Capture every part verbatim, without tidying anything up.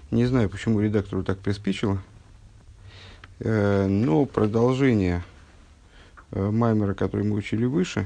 Не знаю, почему редактору так приспичило, э, но продолжение э, маймера, который мы учили выше,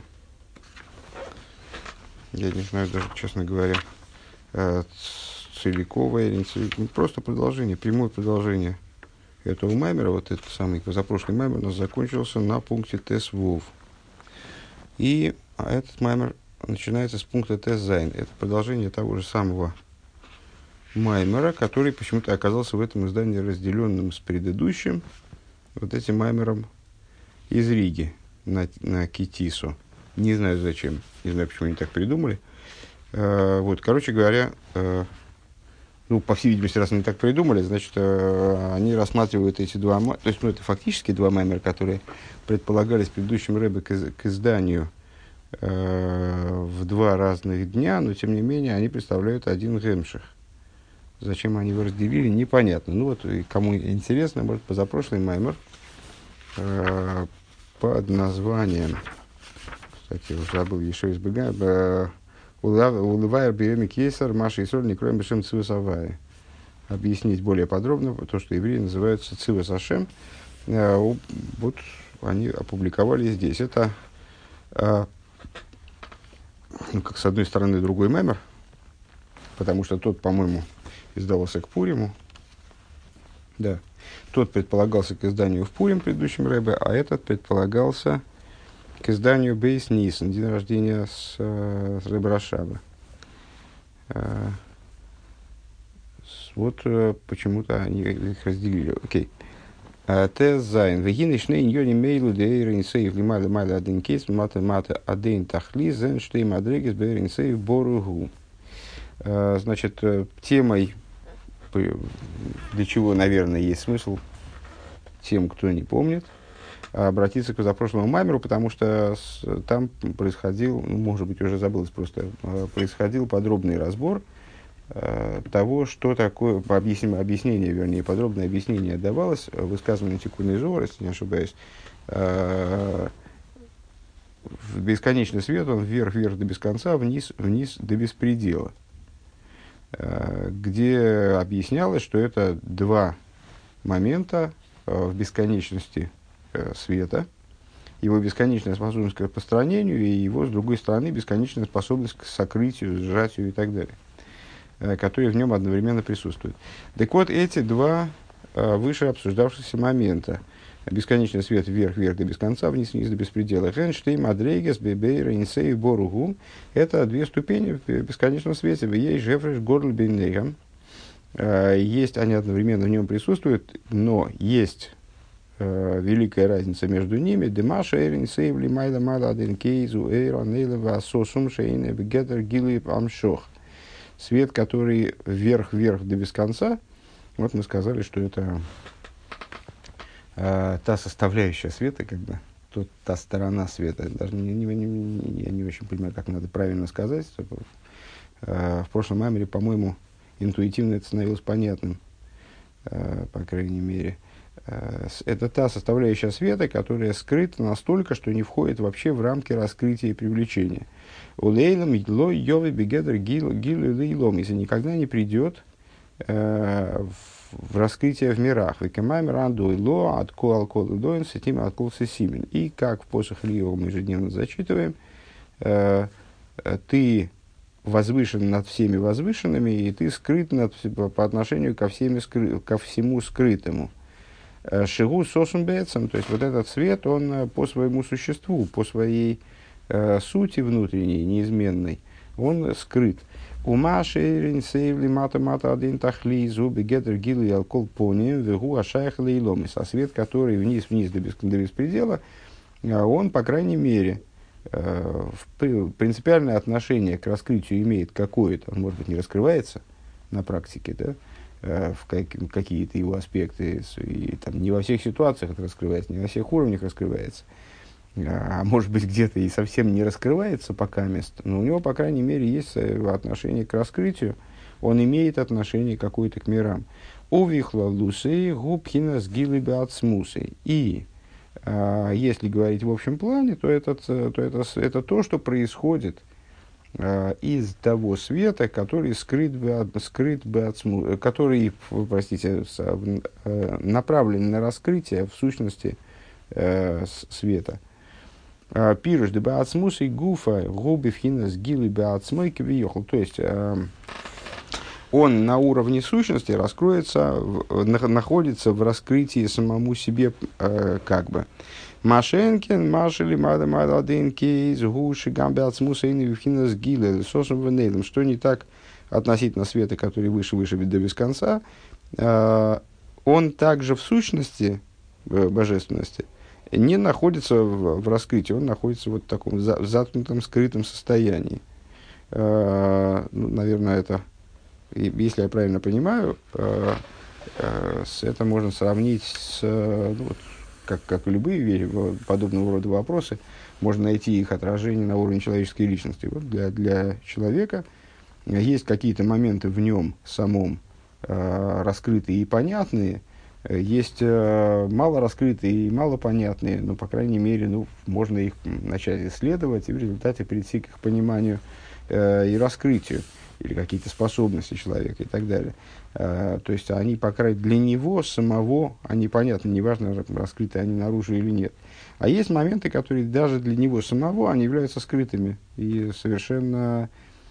я не знаю даже, честно говоря, э, целиковое или не целиковое, просто продолжение, прямое продолжение этого маймера, вот этот самый позапрошлый маймер у нас закончился на пункте Тес Вов. И а этот маймер начинается с пункта Тес Зайн. Это продолжение того же самого маймера, который почему-то оказался в этом издании разделенным с предыдущим, вот этим маймером из Риги на, на Китису. Не знаю зачем, не знаю, почему они так придумали. Э, вот, короче говоря, э, ну, по всей видимости, раз они так придумали, значит, э, они рассматривают эти два маймера, то есть, ну, это фактически два маймера, которые предполагались предыдущим рэбе к, из, к изданию э, в два разных дня, но, тем не менее, они представляют один гемших. Зачем они его разделили, непонятно. Ну вот, и кому интересно, может, позапрошлый маймер э, под названием, кстати, уже забыл, еще избегаем, э, «Улывая береми кейсар, Маша и Соль, не кроем бешем цивус авая». Объяснить более подробно то, что евреи называются цивус ашем. Э, вот они опубликовали здесь. Это, э, ну, как с одной стороны, другой маймер, потому что тот, по-моему, издавался к Пуриму. Да. Тот предполагался к изданию в Пурим, предыдущем рэбе, а этот предполагался к изданию Бейс Нисан, день рождения с, э, с рэбе Рашаба. Э, вот э, почему-то они их разделили. Окей. Тез Зайн. Вегины шней ньони мейлу дейр инсейв лимали мали один кейс мата мата один тахли зен штей мадрегис бейр инсейв боругу. Значит, темой, для чего, наверное, есть смысл тем, кто не помнит, обратиться к позапрошлому маймеру, потому что с, там происходил, ну, может быть, уже забылось просто, происходил подробный разбор э, того, что такое, по объяснение, объяснение, вернее, подробное объяснение давалось в высказывании Тикуна Зоар, если не ошибаюсь, э, в бесконечный свет, он вверх-вверх до без конца, вниз-вниз до беспредела, где объяснялось, что это два момента в бесконечности света, его бесконечная способность к распространению и его, с другой стороны, бесконечная способность к сокрытию, сжатию и так далее, которые в нем одновременно присутствуют. Так вот, эти два выше обсуждавшихся момента, бесконечный свет вверх-вверх до без конца, вниз-вниз до беспредела. Хенштейм, Адрейгес, Бебейра, Инсей, Боругу. Это две ступени в бесконечном свете. Есть Жефреш, Горл, Бейнейгам. Есть, они одновременно в нем присутствуют, но есть э, великая разница между ними. Демаша, Эйрин, Сейвли, Майла, Майла, Аден, Кейзу, Эйра, Нейлева, Сосум, Шейне, Бегетер, Гилип, Амшох. Свет, который вверх-вверх до без конца. Вот мы сказали, что это Uh, та составляющая света, как бы, тот, та сторона света, даже не, не, не, не, я не очень понимаю, как надо правильно сказать. Uh, в прошлом маймере, по-моему, интуитивно это становилось понятным, uh, по крайней мере. Uh, это та составляющая света, которая скрыта настолько, что не входит вообще в рамки раскрытия и привлечения. Улейлом, идлой, йовы, бегедр, гил, гил, илом, если никогда не придет uh, в в раскрытие в мирах. И как в посох Ильева мы ежедневно зачитываем, э, ты возвышен над всеми возвышенными, и ты скрыт над, по отношению ко, всеми, ко всему скрытому. Шигу сосун бецам, то есть вот этот свет, он по своему существу, по своей э, сути внутренней, неизменной, он скрыт. Ума шейрин сейвли мата мата один тахли зубы гетер гилы алкол понием вегу ашайх лейломис. А свет, который вниз-вниз до, бес, до беспредела, он, по крайней мере, э, в, принципиальное отношение к раскрытию имеет какое-то, он, может быть, не раскрывается на практике, да, э, в как, какие-то его аспекты, и, там, не во всех ситуациях это раскрывается, не во всех уровнях раскрывается. А может быть, где-то и совсем не раскрывается пока место, но у него, по крайней мере, есть отношение к раскрытию, он имеет отношение какое-то к мирам. Увихла лусей губхина с гилыбе от смусей. И а, если говорить в общем плане, то, этот, то это, это то, что происходит э, из того света, который скрыт бы, скрыт бы от сму, который, простите, с, э, направлен на раскрытие в сущности э, света. Пируш де баацмус и гуфа губи вхинас гилы баацмой кивиехал. То есть э, он на уровне сущности раскроется, в, на, находится в раскрытии самому себе э, как бы. Машенкин, Машели, Мада, Мада, один кейс, Гуши, Гамбят, Смусейны, Вивхинас, Гиле, Сосом, Венейлом. Что не так относительно света, который выше, выше, до без конца, э, он также в сущности, в божественности, не находится в, в раскрытии, он находится вот в таком за, заткнутом, скрытом состоянии. Э, ну, наверное, это, если я правильно понимаю, э, э, с, это можно сравнить с, ну, вот, как, как и любые вещи, подобного рода вопросы, можно найти их отражение на уровне человеческой личности. Вот для, для человека есть какие-то моменты в нем самом э, раскрытые и понятные, есть э, мало раскрытые и мало понятные, но, по крайней мере, ну, можно их начать исследовать и в результате прийти к их пониманию э, и раскрытию, или какие-то способности человека и так далее. Uh, то есть они, по крайней мере, для него самого, они понятны, неважно, раскрыты они наружу или нет. А есть моменты, которые даже для него самого, они являются скрытыми и совершенно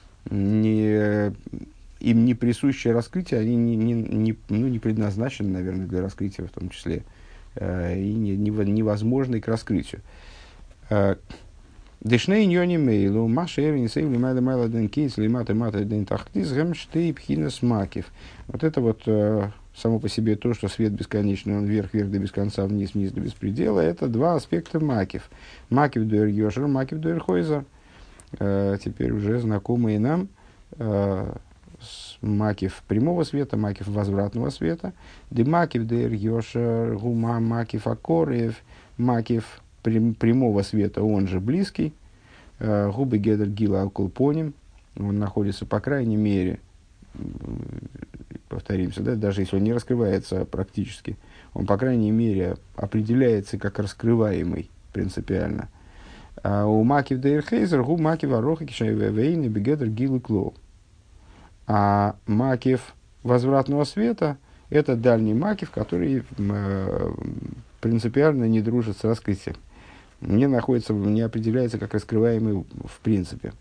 не, им не присущее раскрытие, они не, не, не, ну, не предназначены, наверное, для раскрытия в том числе, uh, и не, не, невозможны к раскрытию. Uh, Дешней ньони мейлу, маша эрин сейвли майда майла ден кейс, лимата мата ден тахтис, гэмштей пхинас макив. Вот это вот э, само по себе то, что свет бесконечный, он вверх-вверх до без конца, вниз-вниз до беспредела, это два аспекта макив. Макив дуэр йошер, макив дуэр хойза. Э, теперь уже знакомые нам э, макив прямого света, макив возвратного света. Де макив дуэр йошер, гума макив акорев, макив прямого света, он же близкий, губы гедер гила алкулпоним, он находится, по крайней мере, повторимся, да, даже если он не раскрывается практически, он, по крайней мере, определяется как раскрываемый принципиально. А у макив дейрхейзер губ макив ароха кишайвейны бегедер гилы клоу. А макив возвратного света – это дальний макив, который принципиально не дружит с раскрытием. Не находится, не определяется как раскрываемый в принципе.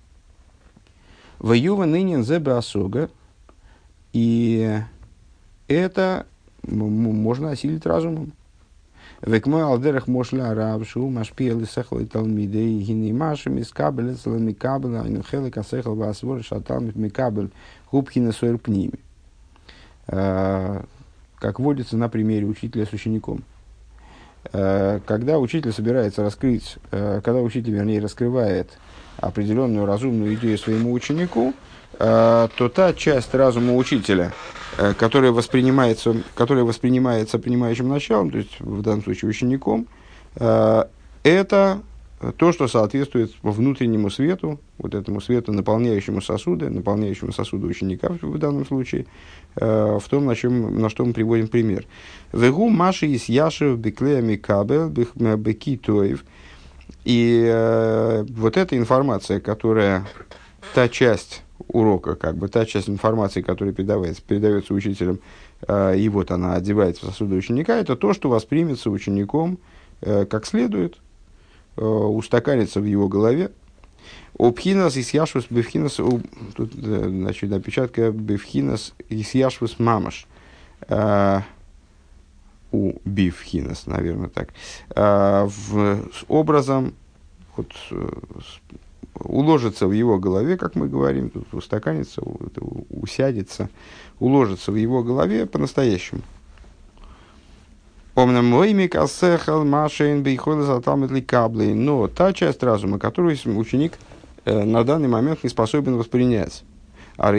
Ваюва нынен зебе осога, и это можно осилить разумом. Векмой алдерах мошля рабшу, машпиел и сехал и талмидей, гини машем из кабеля, целыми кабеля, и нухелы касехал васвор, шаталмит микабель, губхина суэрпними. Как водится на примере учителя с учеником. Когда учитель собирается раскрыть, когда учитель, вернее, раскрывает определенную разумную идею своему ученику, то та часть разума учителя, которая воспринимается, которая воспринимается принимающим началом, то есть в данном случае учеником, это то, что соответствует внутреннему свету, вот этому свету, наполняющему сосуды, наполняющему сосуды ученика в данном случае, в том, на, чем, на что мы приводим пример. «Вегу маши из яшев беклеями кабел бекитоев». И э, вот эта информация, которая, та часть урока, как бы, та часть информации, которая передавается, передается учителем, э, и вот она одевается в сосуды ученика, это то, что воспримется учеником э, как следует, э, устаканится в его голове. Обхинас и сяшвус бифхинас, тут, значит, опечатка бифхинас и сяшвус мамаш. У бифхинас, наверное, так. В, с образом вот, уложится в его голове, как мы говорим, тут устаканится, усядется, уложится в его голове по-настоящему. Но та часть разума, которую ученик э, на данный момент не способен воспринять, она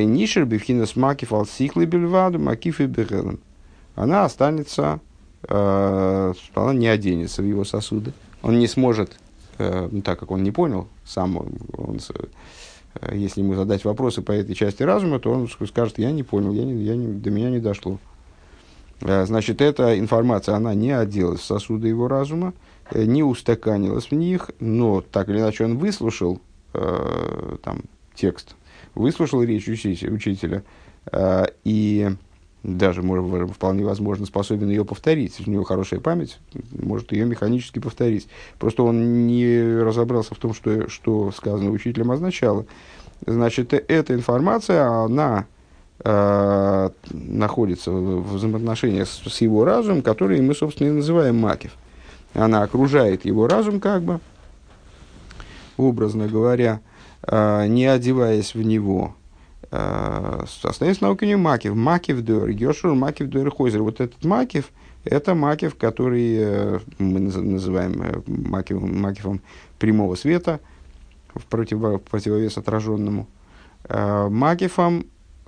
останется, э, она не оденется в его сосуды. Он не сможет, э, ну, так как он не понял сам, он, он, э, если ему задать вопросы по этой части разума, то он скажет: я не понял, я не, я не, до меня не дошло. Значит, эта информация, она не оделась в сосуды его разума, не устаканилась в них, но так или иначе он выслушал э, там, текст, выслушал речь учителя, учителя э, и даже, может, вполне возможно, способен ее повторить. У него хорошая память, может ее механически повторить. Просто он не разобрался в том, что, что сказано учителем означало. Значит, эта информация, она э, находится в взаимоотношениях с, с его разумом, который мы, собственно, и называем макев. Она окружает его разум, как бы, образно говоря, э, не одеваясь в него. Остается наука не макев. Макев дер, Йошур макев дер хойзер. Вот этот макев, это макев, который мы называем макев, макевом прямого света, в против, противовес отраженному. Макефом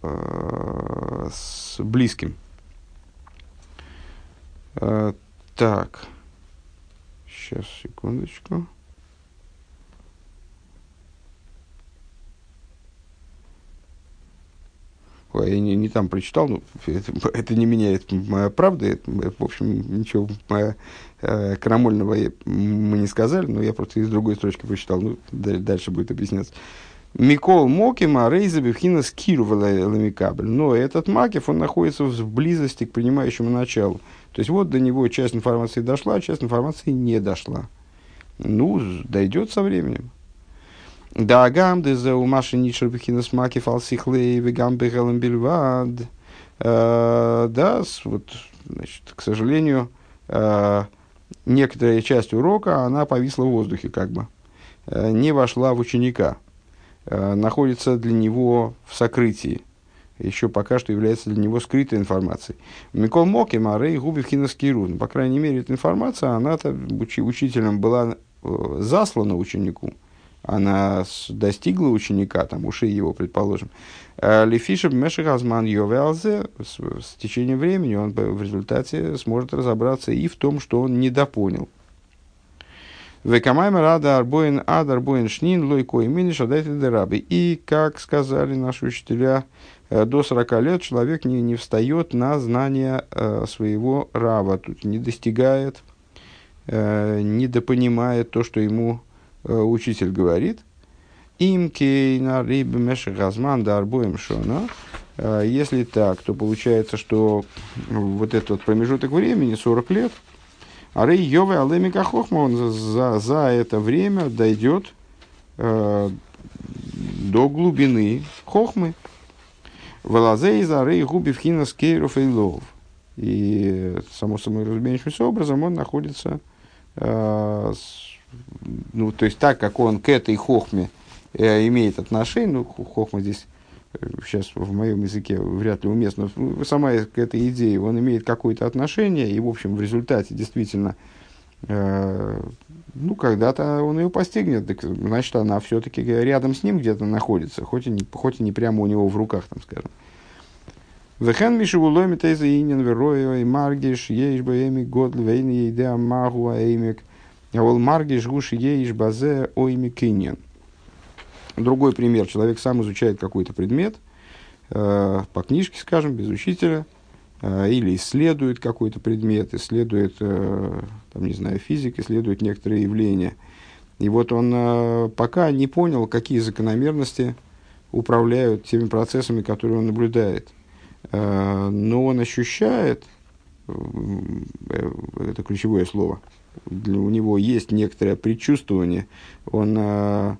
с близким. Так. Сейчас, секундочку. Я не, не там прочитал, но это, это не меняет правды. Это, в общем, ничего э, крамольного мы не сказали, но я просто из другой строчки прочитал. Ну, дальше будет объясняться. Микол Мокима Рейза Бевхина скирувала ламикабель. Но этот Макев, он находится в близости к принимающему началу. То есть, вот до него часть информации дошла, часть информации не дошла. Ну, дойдет со временем. Да, гамды за умаши ничер бихинас макев алсихлей вегам бегелем бельвад. Да, вот, значит, к сожалению, э, некоторая часть урока, она повисла в воздухе, как бы, э, не вошла в ученика, э, находится для него в сокрытии, еще пока что является для него скрытой информацией. Микол Моки, Марей, Губи Вхинас Киру. По крайней мере, эта информация, она-то учи, учителем была э, заслана ученику. Она достигла ученика, там, ушей его, предположим. Лефишев Мешехазман Йовелзе, с течением времени он в результате сможет разобраться и в том, что он недопонял. Векамаймер ада арбоин ад арбоин шнин лойко и миниш адайте дераби. И, как сказали наши учителя, до сорока лет человек не, не встает на знание э, своего рава, тут не достигает, э, недопонимает то, что ему учитель говорит, им кейна риб мешехазман да арбоем шона. Если так, то получается, что вот этот промежуток времени, сорок лет, а рей йове алемика хохма, он за, за это время дойдет э, до глубины хохмы. Велазей за рей губи вхина скейров и лов. И само собой разумеющимся образом он находится э, с, ну, то есть, так как он к этой хохме э, имеет отношение, ну, хохма здесь э, сейчас в моем языке вряд ли уместно, сама к этой идее он имеет какое-то отношение, и, в общем, в результате действительно, э, ну, когда-то он ее постигнет, так, значит, она все-таки рядом с ним где-то находится, хоть и, не, хоть и не прямо у него в руках, там, скажем. Вехен мишевулой митейза инин верой маргиш ейш баэмик год лвейн ейдеа магу аэмик. Маргиш гуш еиш базе оймикиньян. Другой пример. Человек сам изучает какой-то предмет, э, по книжке, скажем, без учителя, э, или исследует какой-то предмет, исследует, э, там, не знаю, физик, исследует некоторые явления. И вот он э, пока не понял, какие закономерности управляют теми процессами, которые он наблюдает. Э, но он ощущает, э, это ключевое слово, для, у него есть некоторое предчувствование, он э,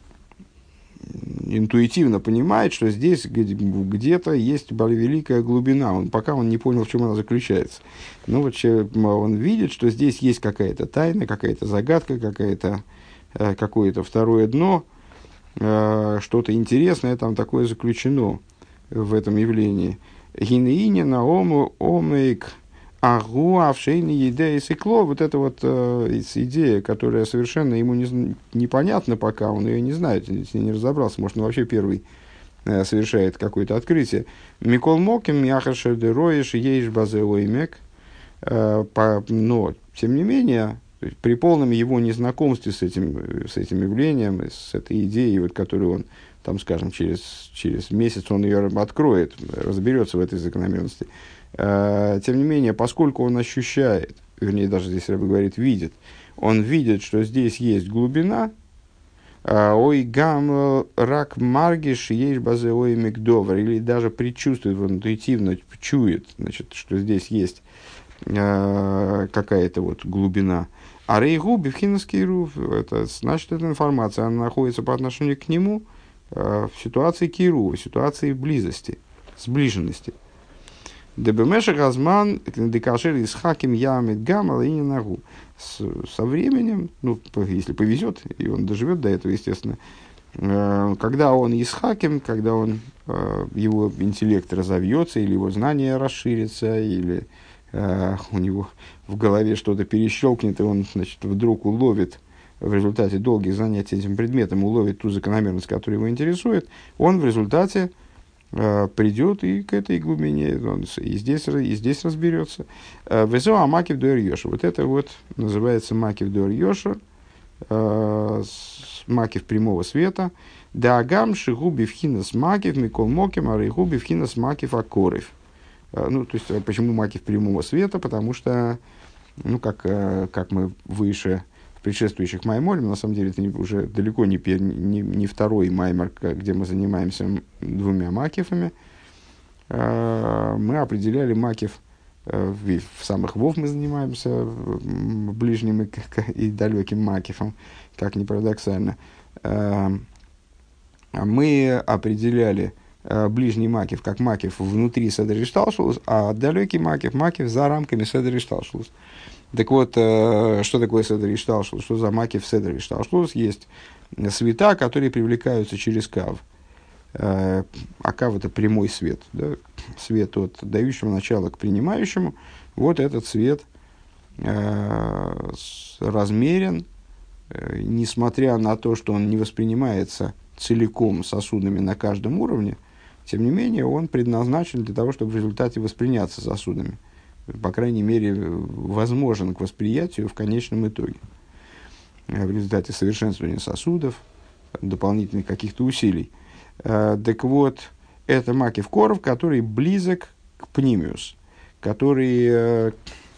интуитивно понимает, что здесь где- где-то есть более великая глубина, он, пока он не понял, в чем она заключается. Но вот он видит, что здесь есть какая-то тайна, какая-то загадка, какая-то, э, какое-то второе дно, э, что-то интересное там такое заключено в этом явлении. Гинеине на ому омейк агу авшейни еде и сыкло. Вот эта вот э, идея, которая совершенно ему не, непонятна пока, он ее не знает, с ней не разобрался. Может, он вообще первый э, совершает какое-то открытие. Микол Моким, Яхашер де Роиш, Ейш Базе Оймек. Но, тем не менее, при полном его незнакомстве с этим, с этим явлением, с этой идеей, вот, которую он, там, скажем, через, через месяц он ее откроет, разберется в этой закономерности. Тем не менее, поскольку он ощущает, вернее, даже здесь Рэбе говорит, видит, он видит, что здесь есть глубина, Ой гам рак маргиш ешь базе ой мигдовар, или даже предчувствует, он интуитивно чует, значит, что здесь есть э, какая-то вот глубина. А рейгу бифхинский руф, это значит, эта информация, она находится по отношению к нему э, в ситуации киру, в ситуации близости, сближенности. Дебемеша газман декашер из хаким ямит гамала и не нагу. Со временем, ну, если повезет, и он доживет до этого, естественно, когда он исхаким, когда он, его интеллект разовьется, или его знание расширится, или у него в голове что-то перещелкнет, и он, значит, вдруг уловит, в результате долгих занятий этим предметом, уловит ту закономерность, которая его интересует, он в результате придет и к этой глубине, он и здесь, и здесь разберется. Везо а макив дуэр йоша. Вот это вот называется макив дуэр йоша, макив прямого света. Дагам шигуби вхинас макив микол моким, а рейгуби вхинас макив акорев. Ну, то есть, почему макив прямого света? Потому что, ну, как, как мы выше в предшествующих майморем, на самом деле, это не, уже далеко не, не, не второй маймор, где мы занимаемся двумя макифами. Мы определяли макиф, в самых вов мы занимаемся ближним и, и далеким макифом, как ни парадоксально. Мы определяли ближний макиф как макиф внутри седер ишталшулус, а далекий макиф макиф за рамками седер ишталшулус. Так вот, что такое седер ишталшулус? Что за макиф седер ишталшулус? Есть света, которые привлекаются через кав. А кав – это прямой свет. Да? Свет от дающего начала к принимающему. Вот этот свет э, размерен, э, несмотря на то, что он не воспринимается целиком сосудами на каждом уровне, тем не менее, он предназначен для того, чтобы в результате восприняться сосудами. По крайней мере, возможен к восприятию в конечном итоге. В результате совершенствования сосудов, дополнительных каких-то усилий. Так вот, это макив коров, который близок к пнимиус, который э,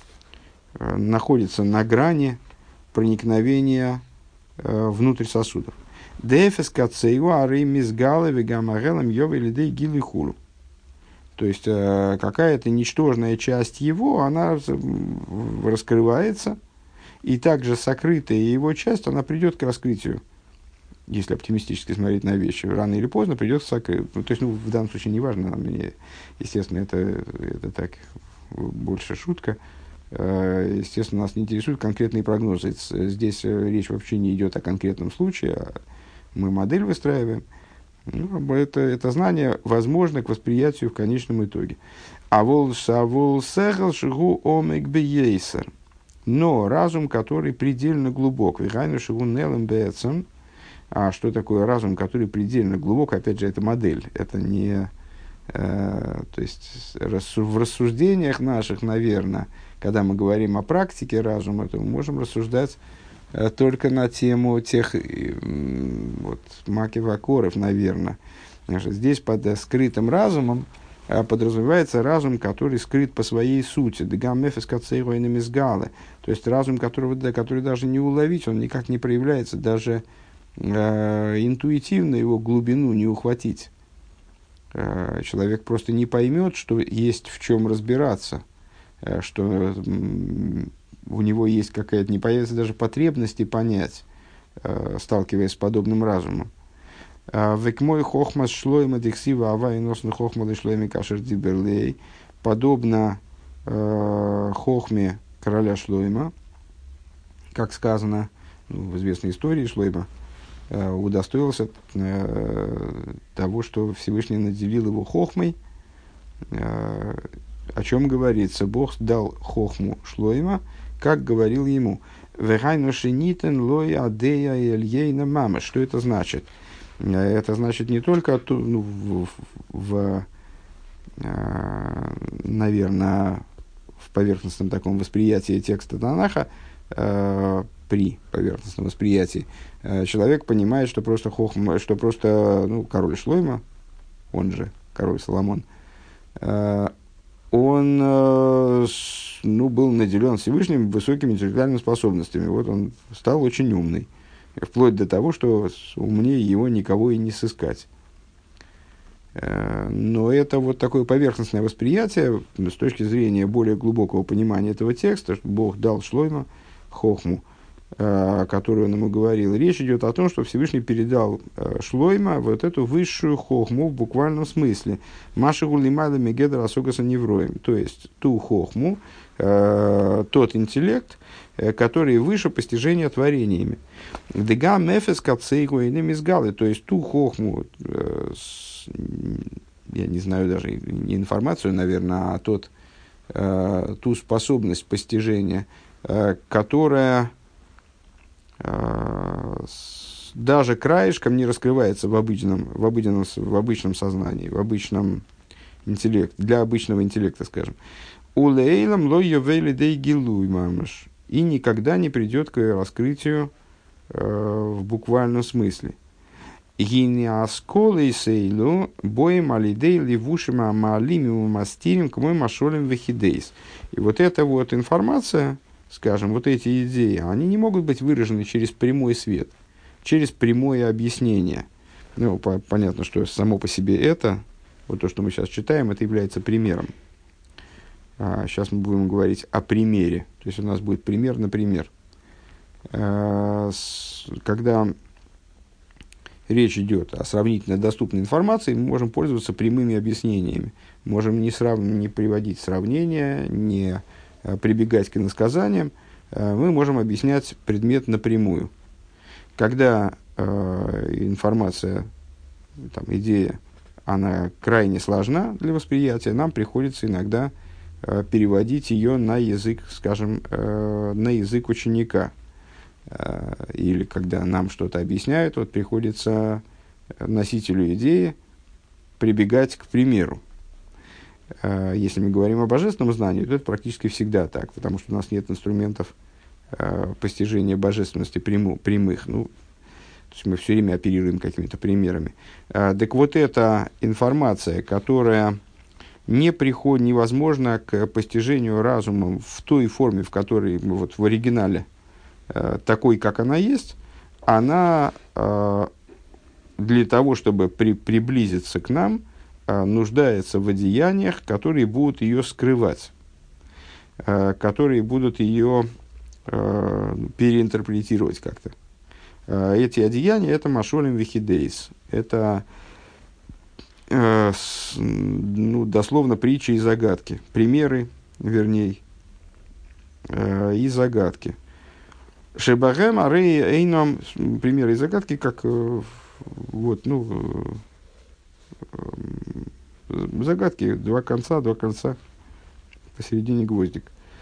находится на грани проникновения э, внутрь сосудов. Дефес кацею ары мизгалы вегамагелам йовы лидей гилы хулу. То есть, э, какая-то ничтожная часть его, она раскрывается, и также сокрытая его часть, она придет к раскрытию. Если оптимистически смотреть на вещи, рано или поздно придется сокрыть. Ну, то есть, ну, в данном случае не важно, мне, естественно, это, это так, больше шутка. Естественно, нас не интересуют конкретные прогнозы. Здесь речь вообще не идет о конкретном случае, а мы модель выстраиваем. Ну, это, это знание возможно к восприятию в конечном итоге. А вол шавол сехал шигу омик бейсер. Но разум, который предельно глубок, вихайну шигу нелем бецем. А что такое разум, который предельно глубок? Опять же, это модель. Это не... Э, то есть, рассу, в рассуждениях наших, наверное, когда мы говорим о практике разума, то мы можем рассуждать э, только на тему тех э, вот, макивакоров, наверное. Значит, здесь под э, скрытым разумом э, подразумевается разум, который скрыт по своей сути. То есть, разум, которого, да, который даже не уловить, он никак не проявляется, даже... интуитивно его глубину не ухватить. Человек просто не поймет, что есть в чем разбираться, что у него есть какая-то, не появится даже потребности понять, сталкиваясь с подобным разумом. Век мой хохмас шлойма дексива ава и носный хохма шлойми кашер диберлей, подобно хохме короля Шлойма, как сказано ну, в известной истории Шлойма, удостоился э, того, что Всевышний наделил его хохмой, э, о чем говорится. Бог дал хохму Шлойма, как говорил ему. Что это значит? Это значит не только ну, в, в, э, наверное, в поверхностном таком восприятии текста Танаха, э, при поверхностном восприятии, человек понимает, что просто, хохма, что просто ну, король Шлойма, он же король Соломон, он ну, был наделен Всевышним высокими интеллектуальными способностями. Вот он стал очень умный. вплоть до того, что умнее его никого и не сыскать. Но это вот такое поверхностное восприятие с точки зрения более глубокого понимания этого текста, что Бог дал Шлойма хохму, которую он ему говорил. Речь идет о том, что Всевышний передал Шлойма вот эту высшую хохму в буквальном смысле. Машигу лимайла мегедра асогаса невроем. То есть ту хохму, тот интеллект, который выше постижения творениями. Дега мефес кацейгу или мизгалы. То есть ту хохму, я не знаю даже не информацию, наверное, а тот, ту способность постижения, которая даже краешком не раскрывается в обыденном, в обыденном, в обычном сознании, в обычном интеллекте, для обычного интеллекта, скажем. Улейлам ло йовели дей гилуй мамаш. И никогда не придет к раскрытию э, в буквальном смысле. Гиниасколы сейлу боем алидей ливушима маалимим мастирим к мой машолем вехидейс. И вот эта вот информация, скажем, вот эти идеи, они не могут быть выражены через прямой свет, через прямое объяснение. Ну, по- понятно, что само по себе это, вот то, что мы сейчас читаем, это является примером. А сейчас мы будем говорить о примере. То есть у нас будет пример на пример. А, с, когда речь идет о сравнительно доступной информации, мы можем пользоваться прямыми объяснениями. Можем не, срав... не приводить сравнения, не прибегать к иносказаниям, мы можем объяснять предмет напрямую. Когда э, информация, там, идея, она крайне сложна для восприятия, нам приходится иногда э, переводить ее на язык, скажем, э, на язык ученика. Э, или когда нам что-то объясняют, вот приходится носителю идеи прибегать к примеру. Если мы говорим о божественном знании, то это практически всегда так, потому что у нас нет инструментов э, постижения божественности пряму, прямых. Ну, то есть мы все время оперируем какими-то примерами. Э, так вот эта информация, которая не приходит, невозможна к постижению разумом в той форме, в которой, вот в оригинале, э, такой, как она есть, она э, для того, чтобы при, приблизиться к нам, нуждается в одеяниях, которые будут ее скрывать, которые будут ее переинтерпретировать как-то. Эти одеяния – это машолем вихидейс, это ну, дословно притчи и загадки, примеры, вернее, и загадки. Шебахем арей эйном, примеры и загадки, как вот, ну, загадки, два конца, два конца, посередине гвоздик.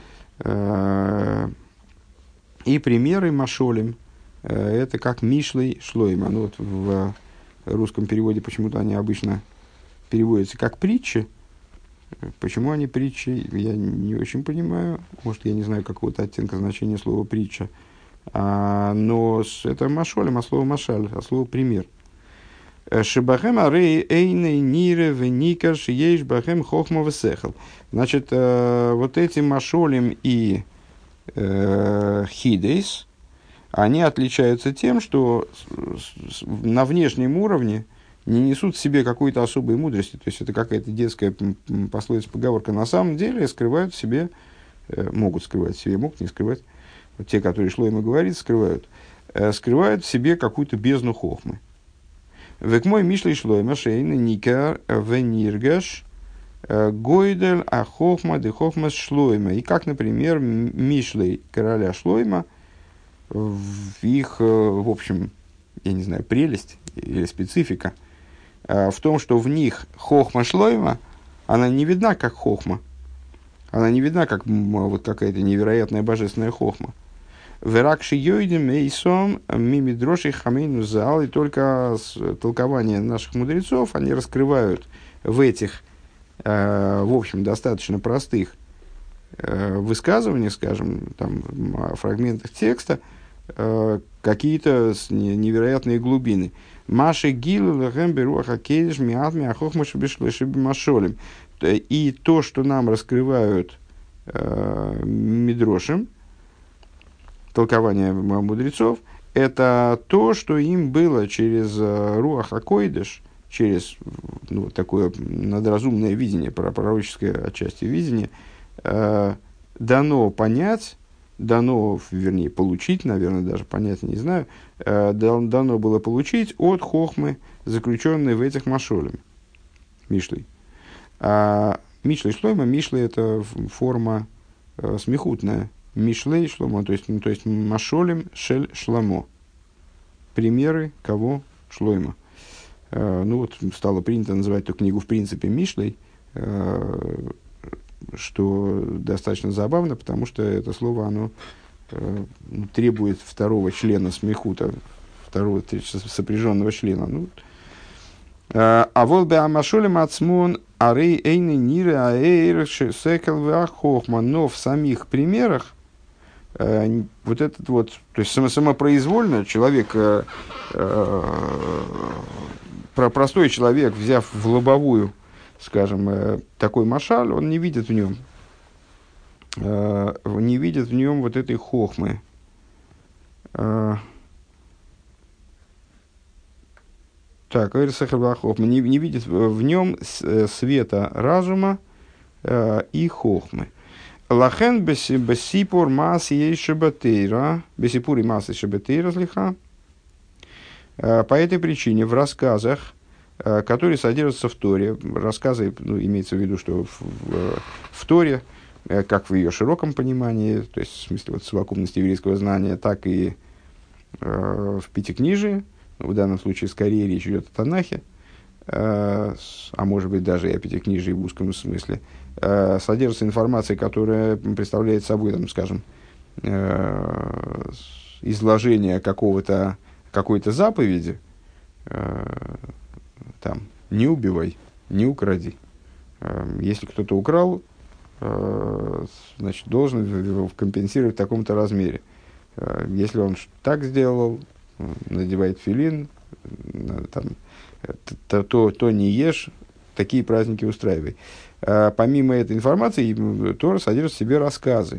И примеры машолем, это как мишлей шлойма. Ну, вот в русском переводе почему-то они обычно переводятся как притчи. Почему они притчи, я не очень понимаю. Может, я не знаю какого-то оттенка значения слова притча. А, но это машолем, а слово машаль, а слово пример. Шибахем арей эйней нире веникаш ейш бахем хохма весехал. Значит, э, вот эти машолем и э, хидейс, они отличаются тем, что с, с, на внешнем уровне не несут в себе какой-то особой мудрости. То есть это какая-то детская пословица, поговорка. На самом деле скрывают в себе, э, могут скрывать в себе, могут не скрывать. Вот те, которые Шлойма говорит, скрывают. Э, скрывают в себе какую-то бездну хохмы. Век мой мишлей шлойма шейна никар вениргаш гойдель а хохма де хохма шлойма. И как, например, мишлей короля Шлойма, в их, в общем, я не знаю, прелесть или специфика в том, что в них хохма Шлойма, она не видна как хохма. Она не видна как вот какая-то невероятная божественная хохма. Веракши йойдем эйсом мимидроши хамейну зал. И только толкования наших мудрецов, они раскрывают в этих, э, в общем, достаточно простых э, высказываниях, скажем, там, фрагментах текста, э, какие-то невероятные глубины. Маши гил лэхэм беруаха кейдиш миатми ахохмаши бишлэшиби машолем. И то, что нам раскрывают э, мидрошим, толкование мудрецов, это то, что им было через Руах ха-Койдеш, через ну, такое надразумное видение, пророческое отчасти видение, э, дано понять, дано, вернее, получить, наверное, даже понять, не знаю, э, дано было получить от хохмы, заключенной в этих машолем, Мишлей. А Мишлей Шлойма, Мишлей – это форма э, смехутная. Мишлей Шломо, то есть, ну, то есть машолем шель шламо. Примеры кого? Шлойма. Э, ну вот стало принято называть эту книгу в принципе Мишлей, э, что достаточно забавно, потому что это слово оно э, требует второго члена смехута, второго сопряженного члена. Ну, а вот бы амашолем ацмон арей эйны нире аэйр секел вахохма, но в самих примерах э, вот этот вот, то есть само, самопроизвольно человек, э, э, про простой человек, взяв в лобовую, скажем, э, такой машаль, он не видит в нем, э, не видит в нем вот этой хохмы. Э, Так, не, не видит в нем света разума э, и хохмы. Лахен бесипур мас ейшебатейра, бесипур и мас ейшебатейра злиха. По этой причине в рассказах, э, которые содержатся в Торе, рассказы, ну, имеется в виду, что в, в, в Торе, э, как в ее широком понимании, то есть в смысле вот, совокупности еврейского знания, так и э, в Пятикнижии, в данном случае скорее речь идет о Танахе, э, а может быть даже и о Пятикнижии в узком смысле, э, содержится информация, которая представляет собой, там, скажем, э, изложение какого-то, какой-то заповеди, э, там, не убивай, не укради. Э, если кто-то украл, э, значит, должен его компенсировать в таком-то размере. Э, если он так сделал, надевает филин, там, то, то, то не ешь, такие праздники устраивай. А, помимо этой информации, Тора содержит в себе рассказы.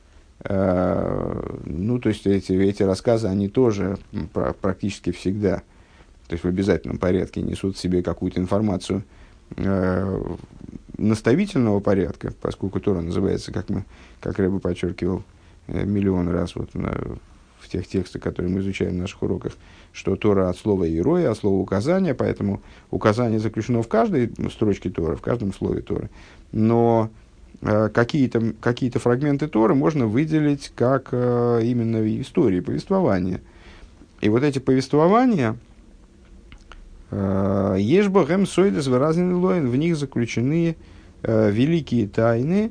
А, ну, то есть, эти, эти рассказы, они тоже про, практически всегда, то есть, в обязательном порядке несут в себе какую-то информацию а, наставительного порядка, поскольку Тора называется, как, мы, как Рэбе подчеркивал миллион раз вот, на, в тех текстах, которые мы изучаем в наших уроках, что Тора от слова «иероя», от слова «указания», поэтому указание заключено в каждой строчке Торы, в каждом слове Торы. Но э, какие-то, какие-то фрагменты Торы можно выделить как э, именно истории, повествования. И вот эти повествования, «Ешбохэм сойдес выразненный лоин», в них заключены э, великие тайны,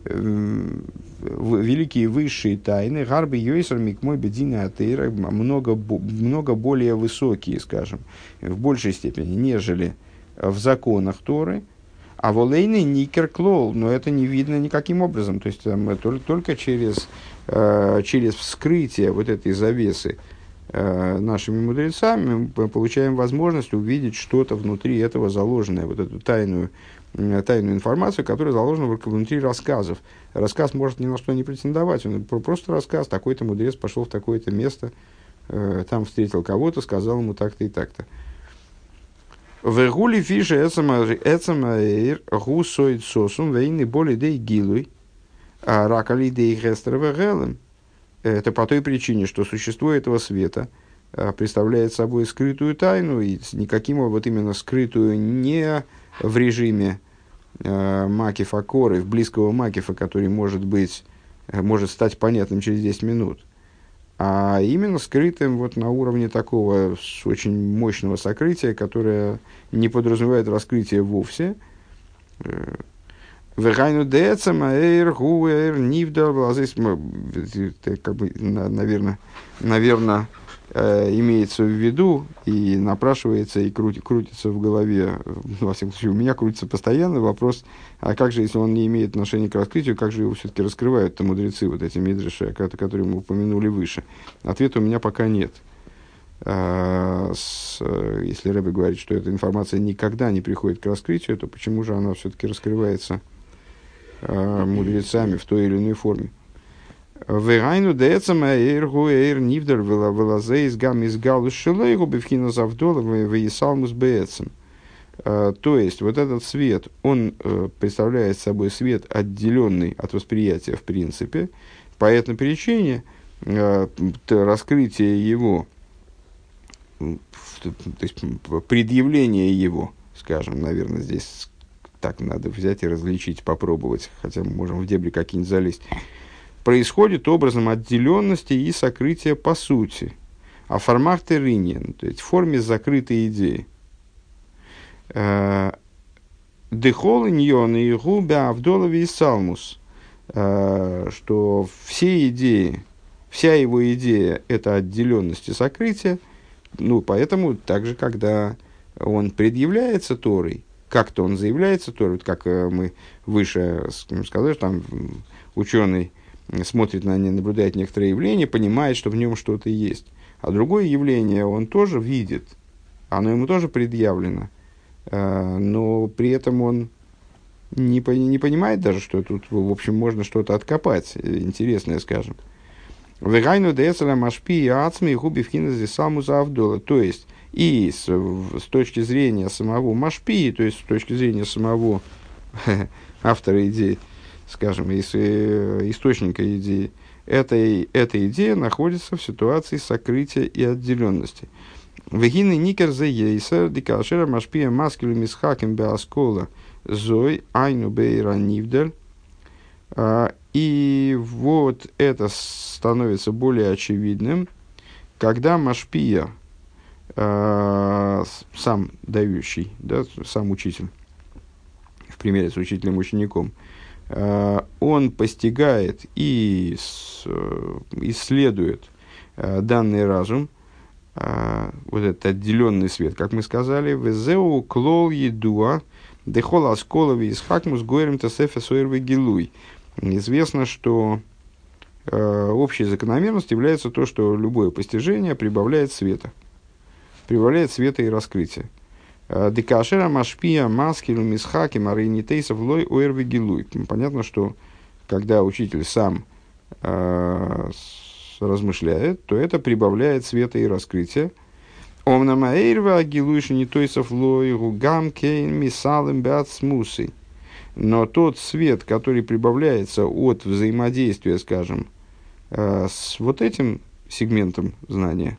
великие высшие тайны, гарби йойсер микмой бедина атеира, много, много более высокие, скажем, в большей степени, нежели в законах Торы, а волейный никер клол, но это не видно никаким образом, то есть там, только, только через, э, через вскрытие вот этой завесы э, нашими мудрецами мы получаем возможность увидеть что-то внутри этого заложенное, вот эту тайную тайную информацию, которая заложена внутри рассказов. Рассказ может ни на что не претендовать, он просто рассказ, такой-то мудрец пошел в такое-то место, э, там встретил кого-то, сказал ему так-то и так-то. Вегули фише эцамаэйр гусоид сосум вейны боли дей гилуй ракали дей гестер вегелем. Это по той причине, что существо этого света представляет собой скрытую тайну, и никаким вот именно скрытую не в режиме э, макифа коры, в близкого макифа, который может быть, может стать понятным через десять минут, а именно скрытым вот на уровне такого очень мощного сокрытия, которое не подразумевает раскрытие вовсе. Вегайну децам аэр гуэр нивда блазис, как бы, наверное, наверное, имеется в виду и напрашивается, и крути, крутится в голове, во всяком случае, у меня крутится постоянно вопрос, а как же, если он не имеет отношения к раскрытию, как же его все-таки раскрывают-то мудрецы, вот эти мидриши, которые мы упомянули выше? Ответа у меня пока нет. А, с, если Рэбе говорит, что эта информация никогда не приходит к раскрытию, то почему же она все-таки раскрывается а, мудрецами в той или иной форме? Вегайну децама эйр гу эйр нивдер велазейс гам из галу шилейгу бифхина завдола веесалмус бецам. То есть, вот этот свет, он представляет собой свет, отделенный от восприятия в принципе. По этой причине раскрытие его, то есть предъявление его, скажем, наверное, здесь так надо взять и различить, попробовать, хотя мы можем в дебри какие-нибудь залезть, происходит образом отделенности и сокрытия по сути, а формах териньен, то есть в форме закрытой идеи. Дехол иньон и губя авдолови и салмус, что все идеи, вся его идея – это отделенность и сокрытие. Ну, поэтому также, когда он предъявляется Торой, как-то он заявляется Торой, вот как мы выше сказали, что там ученый смотрит на не наблюдает некоторое явление, понимает, что в нем что-то есть. А другое явление он тоже видит, оно ему тоже предъявлено, но при этом он не, не понимает даже, что тут, в общем, можно что-то откопать, интересное, скажем. Вегайну децера машпи ацми губи вхинези саму завдола. То есть, и с, с точки зрения самого машпи, то есть с точки зрения самого автора идеи, скажем, из, источника идеи, эта, эта идея находится в ситуации сокрытия и отделенности. Вегины никер зе ейсер дикашера машпия маскелю мисхакем беаскола зой айну бейра нивдер. И вот это становится более очевидным, когда машпия, э, сам дающий, да, сам учитель, в примере с учителем-учеником, э, он постигает и с, э, исследует э, данный разум, э, вот этот отделенный свет, как мы сказали, «Везеу клол едуа, дехол асколови исхакмус гоерем тесефе суэрве гилуй». Известно, что э, общей закономерностью является то, что любое постижение прибавляет света. Прибавляет света и раскрытия. Декашера машпия маскилу мисхаки маринитейсов лой уэрви гилуй. Понятно, что когда учитель сам э, размышляет, то это прибавляет света и раскрытия. Омнамаэйрва гилуйши нитойсов лой гугам кейн мисалым бят смусой. Но тот свет, который прибавляется от взаимодействия, скажем, э, с вот этим сегментом знания,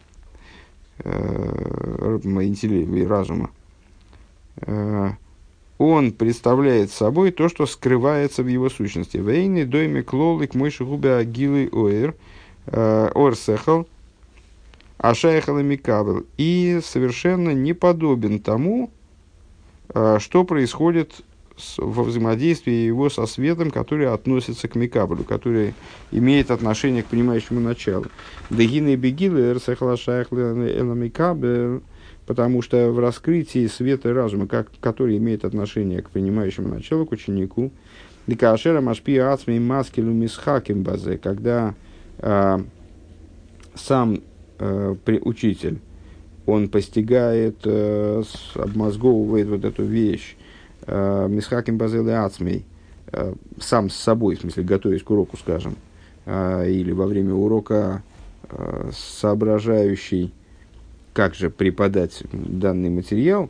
э, интеллекта и разума, э, он представляет собой то, что скрывается в его сущности. Вейны дойме клолик мойши губе агилы оэр орсехал ашайхал микабел. И совершенно не подобен тому, э, что происходит во взаимодействии его со светом, который относится к Микабелю, который имеет отношение к понимающему началу. Дегины бегилы Микабель, потому что в раскрытии света разума, как, который имеет отношение к понимающему началу, к ученику, декашера машпи ацми маскелю мисхаким базе, когда а, сам а, при, учитель, он постигает, а, обмозговывает вот эту вещь, Мисхаким базелы ацмей, сам с собой, в смысле, готовясь к уроку, скажем, или во время урока соображающий, как же преподать данный материал,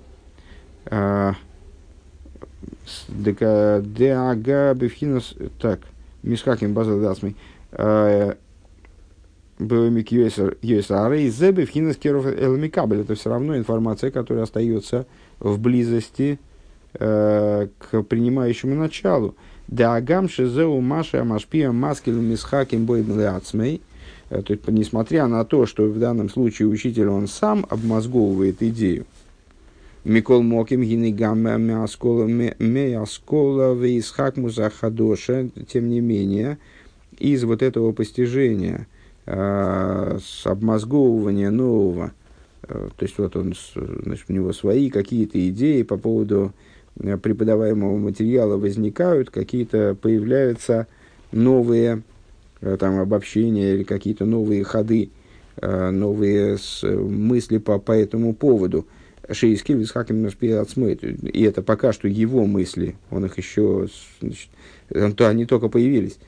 деага бифхинас, так, Мисхаким базелы ацмей, бэмик юэсэр арей зе бифхинас керов элмикабель, это все равно информация, которая остается в близости к принимающему началу. Да агам шизеу маша машпия маскелю мисхаким бойбн леацмей. То есть, несмотря на то, что в данном случае учитель он сам обмозговывает идею. Микол моким гинигам мяскола мяскола вейсхакму захадоша. Тем не менее, из вот этого постижения, с обмозговывания нового, то есть вот он, значит, у него свои какие-то идеи по поводу преподаваемого материала возникают, какие-то появляются новые там, обобщения или какие-то новые ходы, новые мысли по, по этому поводу. Шейский висхаким нашпиацмейт. И это пока что его мысли, он их еще, значит, они только появились.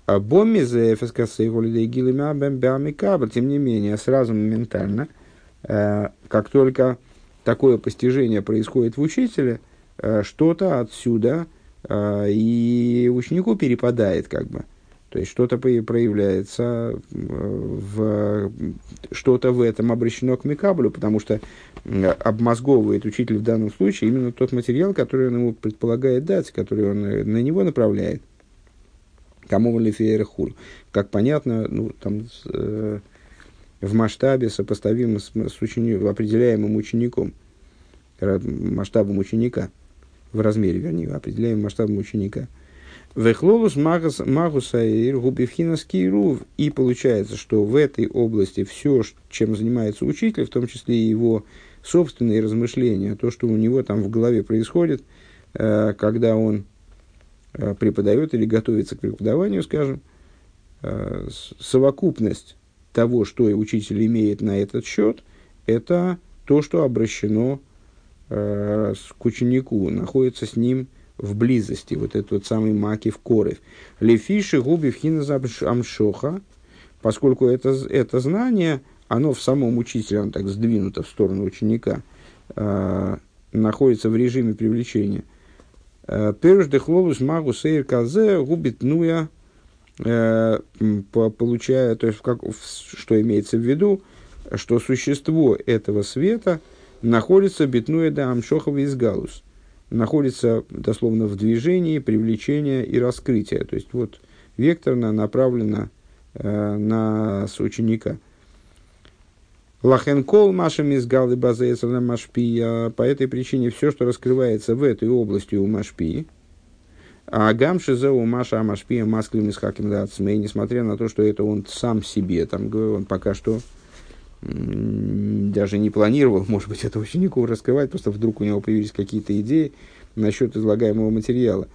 А бомми за эфэскасы голидей гилыми бэмбямикабл, тем не менее, сразу моментально, э, как только такое постижение происходит в учителе, э, что-то отсюда э, и ученику перепадает, как бы. То есть что-то проявляется, в, что-то в этом обращено к Микаблю, потому что обмозговывает учитель в данном случае именно тот материал, который он ему предполагает дать, который он на него направляет. Кому лифеерхур. Как понятно, ну, там, э, в масштабе сопоставимо с, с учени, определяемым учеником, масштабом ученика, в размере, вернее, определяемым масштабом ученика. Вехлолус магусаир губивхинаскирув. И получается, что в этой области все, чем занимается учитель, в том числе и его собственные размышления, то, что у него там в голове происходит, э, когда он преподает или готовится к преподаванию, скажем, э, совокупность того, что и учитель имеет на этот счет, это то, что обращено э, к ученику, находится с ним в близости, вот этот вот самый макив корев. Лефиши губи вхиназа амшоха, поскольку это, это знание, оно в самом учителе, оно так сдвинуто в сторону ученика, э, находится в режиме привлечения. Перуш дехлолус магу сейр казе губит нуя, получая, то есть, как, что имеется в виду, что существо этого света находится битнуя да амшохова из галус, находится дословно в движении, привлечения и раскрытия. То есть, вот, векторно направлено э, на ученика. Лахенкол машем из галы базеется на машпия. По этой причине все, что раскрывается в этой области у машпии, а гамшизе у маша машпия масклим из хаким дацмей, несмотря на то, что это он сам себе, там, он пока что м- даже не планировал, может быть, это ученику раскрывать, просто вдруг у него появились какие-то идеи насчет излагаемого материала.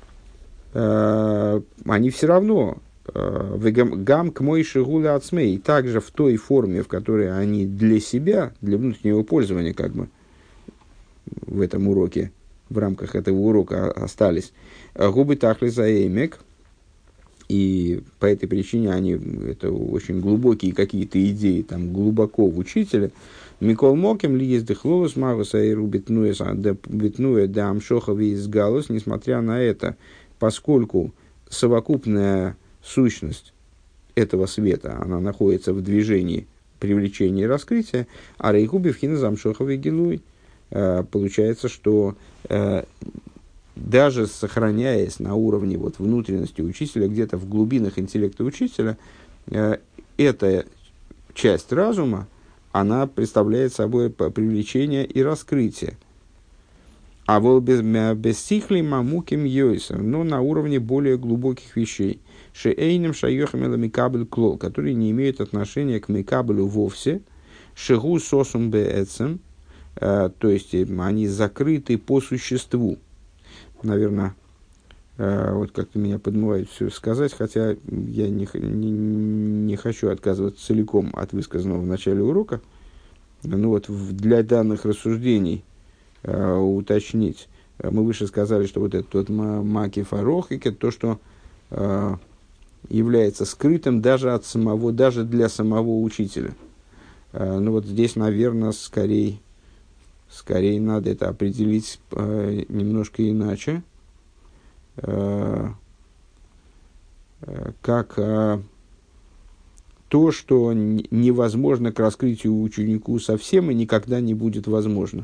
А, они все равно гам к мой шигуля ацмей, также в той форме, в которой они для себя, для внутреннего пользования, как бы в этом уроке, в рамках этого урока остались, губы тахли заэмек, и по этой причине они, это очень глубокие какие-то идеи, там, глубоко в учителе. Микол Мокем ли есть дыхлолус магуса и рубитнуя да амшохови из галус, несмотря на это, поскольку совокупная сущность этого света, она находится в движении привлечения и раскрытия, а рейхуби вхина замшоховый гилуй. Получается, что э, даже сохраняясь на уровне вот, внутренности учителя, где-то в глубинах интеллекта учителя, э, эта часть разума, она представляет собой привлечение и раскрытие. А вот без, без сихли мамуким йойсом, но на уровне более глубоких вещей. Шеэйным шайохам микабль клол, которые не имеют отношения к микаблю вовсе. Шегу сосум бээцем, то есть они закрыты по существу. Наверное, вот как-то меня подмывает все сказать, хотя я не, не, не хочу отказываться целиком от высказанного в начале урока. Но вот для данных рассуждений Uh, уточнить. Uh, мы выше сказали, что вот этот вот макиф арохик, это то, что uh, является скрытым даже от самого, даже для самого учителя. Uh, ну вот здесь, наверное, скорее, скорее надо это определить uh, немножко иначе. Uh, uh, как uh, то, что невозможно к раскрытию ученику совсем и никогда не будет возможно.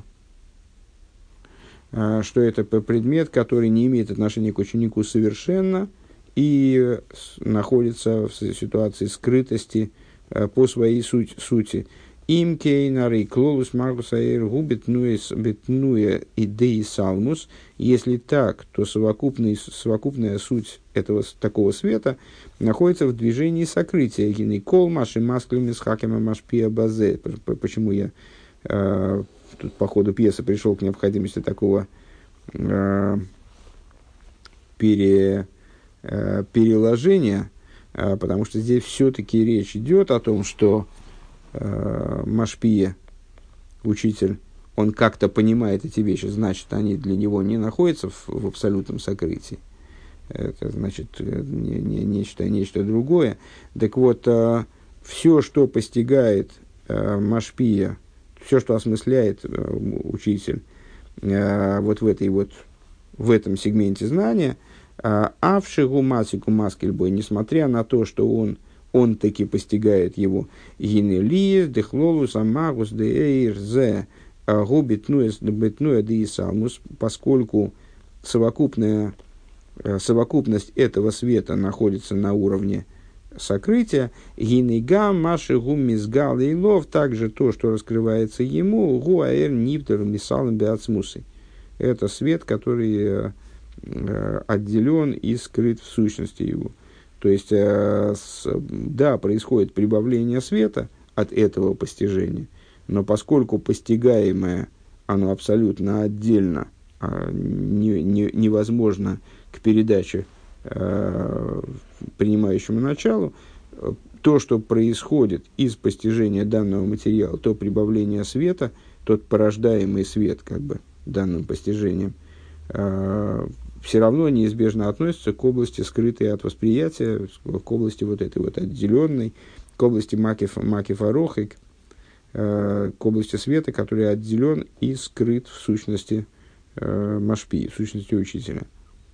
Что это предмет, который не имеет отношения к ученику совершенно и находится в ситуации скрытости по своей суть, сути. Им кейнары клолус маргусаэр губитнуя идеи салмус. Если так, то совокупная суть этого такого света находится в движении сокрытия. Гиней кол маши масклими с хакема машпия базе. Почему я тут по ходу пьесы пришел к необходимости такого э, пере, э, переложения, э, потому что здесь все-таки речь идет о том, что э, Машпия, учитель, он как-то понимает эти вещи, значит, они для него не находятся в, в абсолютном сокрытии. это значит не, не, нечто, нечто другое. Так вот, все, что постигает машпия, все, что осмысляет учитель вот в этой вот в этом сегменте знания, а в шигу масику маскельбой, несмотря на то, что он он таки постигает его. Гинелиес, дехлолус, амагус, деэйр, зе, губитнуэс, битнуэ, деисалмус, поскольку совокупная, совокупность этого света находится на уровне сокрытия, гинегам, маши, гум, мизгал, и лов, также то, что раскрывается ему, гуаэр, ниптер, мисалм, беацмусы. Это свет, который отделен и скрыт в сущности его. То есть, э, с, да, происходит прибавление света от этого постижения, но поскольку постигаемое, оно абсолютно отдельно, э, не, не, невозможно к передаче э, принимающему началу, то, что происходит из постижения данного материала, то прибавление света, тот порождаемый свет, как бы, данным постижением, э, все равно неизбежно относится к области, скрытой от восприятия, к области вот этой вот отделенной, к области макиф, макифарохик, э, к области света, который отделен и скрыт в сущности э, машпи, в сущности учителя.